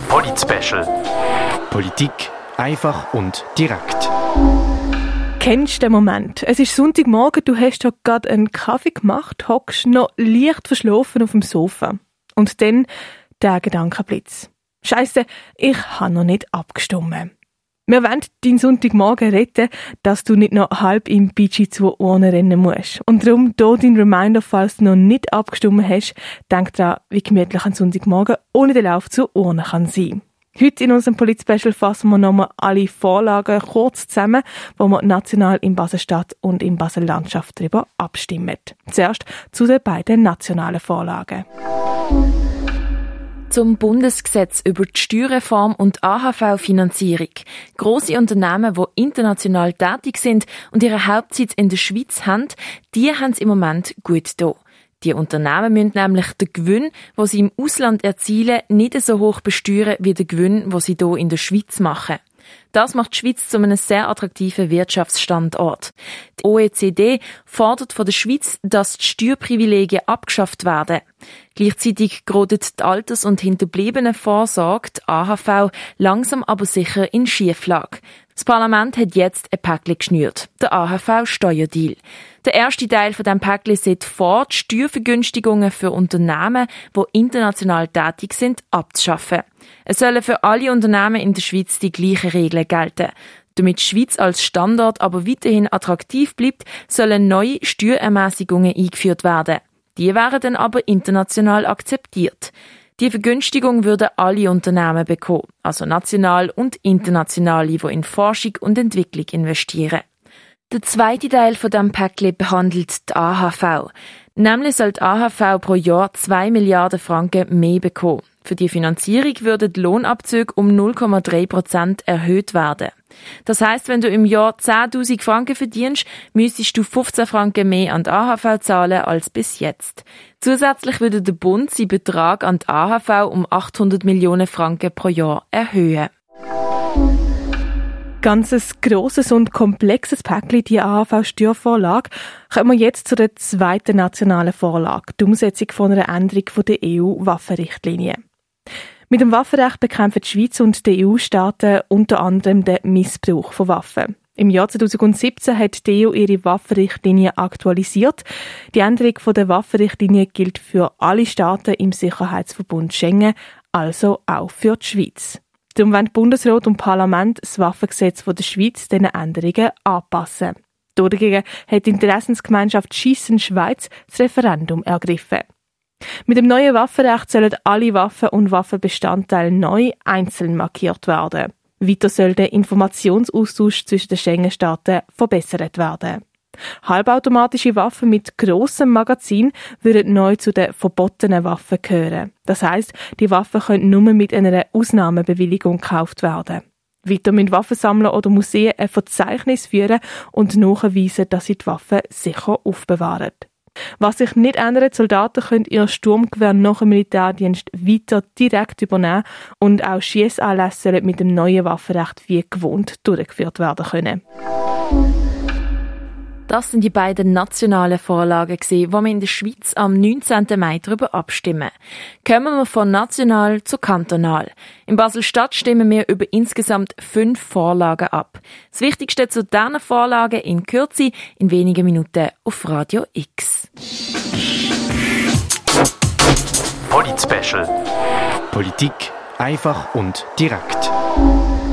Polit-Special. Politik einfach und direkt. Kennst du den Moment? Es ist Sonntagmorgen, du hast gerade einen Kaffee gemacht, hockst noch leicht verschlafen auf dem Sofa. Und dann der Gedankenblitz. Scheisse, ich habe noch nicht abgestimmt. Wir wollen deinen Sonntagmorgen retten, dass du nicht noch halb im Beachy zur Urne rennen musst. Und darum hier dein Reminder, falls du noch nicht abgestimmt hast, denk daran, wie gemütlich ein Sonntagmorgen ohne den Lauf zur Urne kann sein. Heute in unserem Polit-Special fassen wir nochmal alle Vorlagen kurz zusammen, wo wir national in Basel-Stadt und in Basel-Landschaft darüber abstimmen. Zuerst zu den beiden nationalen Vorlagen. Zum Bundesgesetz über die Steuerreform und AHV-Finanzierung. Grosse Unternehmen, die international tätig sind und ihren Hauptsitz in der Schweiz haben, die haben es im Moment gut da. Die Unternehmen müssen nämlich den Gewinn, den sie im Ausland erzielen, nicht so hoch besteuern wie den Gewinn, den sie hier in der Schweiz machen. Das macht die Schweiz zu einem sehr attraktiven Wirtschaftsstandort. Die OECD fordert von der Schweiz, dass die Steuerprivilegien abgeschafft werden. Gleichzeitig gerät die Alters- und Hinterbliebenenvorsorge, die AHV, langsam aber sicher in Schieflage. Das Parlament hat jetzt ein Päckchen geschnürt, der AHV-Steuerdeal. Der erste Teil von diesem Päckchen sieht vor, die Steuervergünstigungen für Unternehmen, die international tätig sind, abzuschaffen. Es sollen für alle Unternehmen in der Schweiz die gleichen Regeln gelten. Damit die Schweiz als Standort aber weiterhin attraktiv bleibt, sollen neue Steuerermäßigungen eingeführt werden. Die wären dann aber international akzeptiert. Die Vergünstigung würden alle Unternehmen bekommen, also national und internationale, die in Forschung und Entwicklung investieren. Der zweite Teil von diesem Päckchen behandelt die AHV. Nämlich soll die AHV pro Jahr 2 Milliarden Franken mehr bekommen. Für die Finanzierung würden die Lohnabzüge um 0,3% erhöht werden. Das heisst, wenn du im Jahr 10'000 Franken verdienst, müsstest du 15 Franken mehr an die AHV zahlen als bis jetzt. Zusätzlich würde der Bund seinen Betrag an die AHV um 800 Millionen Franken pro Jahr erhöhen. Ganzes grosses und komplexes Päckchen, die AHV-Steuervorlage, kommen wir jetzt zu der zweiten nationalen Vorlage, die Umsetzung von einer Änderung der EU-Waffenrichtlinie. Mit dem Waffenrecht bekämpfen die Schweiz und die EU-Staaten unter anderem den Missbrauch von Waffen. Im Jahr 2017 hat die EU ihre Waffenrichtlinie aktualisiert. Die Änderung der Waffenrichtlinie gilt für alle Staaten im Sicherheitsverbund Schengen, also auch für die Schweiz. Darum wollen Bundesrat und Parlament das Waffengesetz der Schweiz diesen Änderungen anpassen. Dagegen hat die Interessensgemeinschaft Schiessen Schweiz das Referendum ergriffen. Mit dem neuen Waffenrecht sollen alle Waffen und Waffenbestandteile neu einzeln markiert werden. Weiter soll der Informationsaustausch zwischen den Schengen-Staaten verbessert werden. Halbautomatische Waffen mit grossem Magazin würden neu zu den verbotenen Waffen gehören. Das heisst, die Waffen können nur mit einer Ausnahmebewilligung gekauft werden. Weiter müssen Waffensammler oder Museen ein Verzeichnis führen und nachweisen, dass sie die Waffen sicher aufbewahren. Was sich nicht ändert, Soldaten können ihr Sturmgewehr nach dem Militärdienst weiter direkt übernehmen und auch Schiessanlässe sollen mit dem neuen Waffenrecht wie gewohnt durchgeführt werden können. Das sind die beiden nationalen Vorlagen, die wir in der Schweiz am 19. Mai darüber abstimmen. Kommen wir von national zu kantonal. In Basel-Stadt stimmen wir über insgesamt 5 Vorlagen ab. Das Wichtigste zu diesen Vorlagen in Kürze in wenigen Minuten auf Radio X. Polit-Special. Politik einfach und direkt.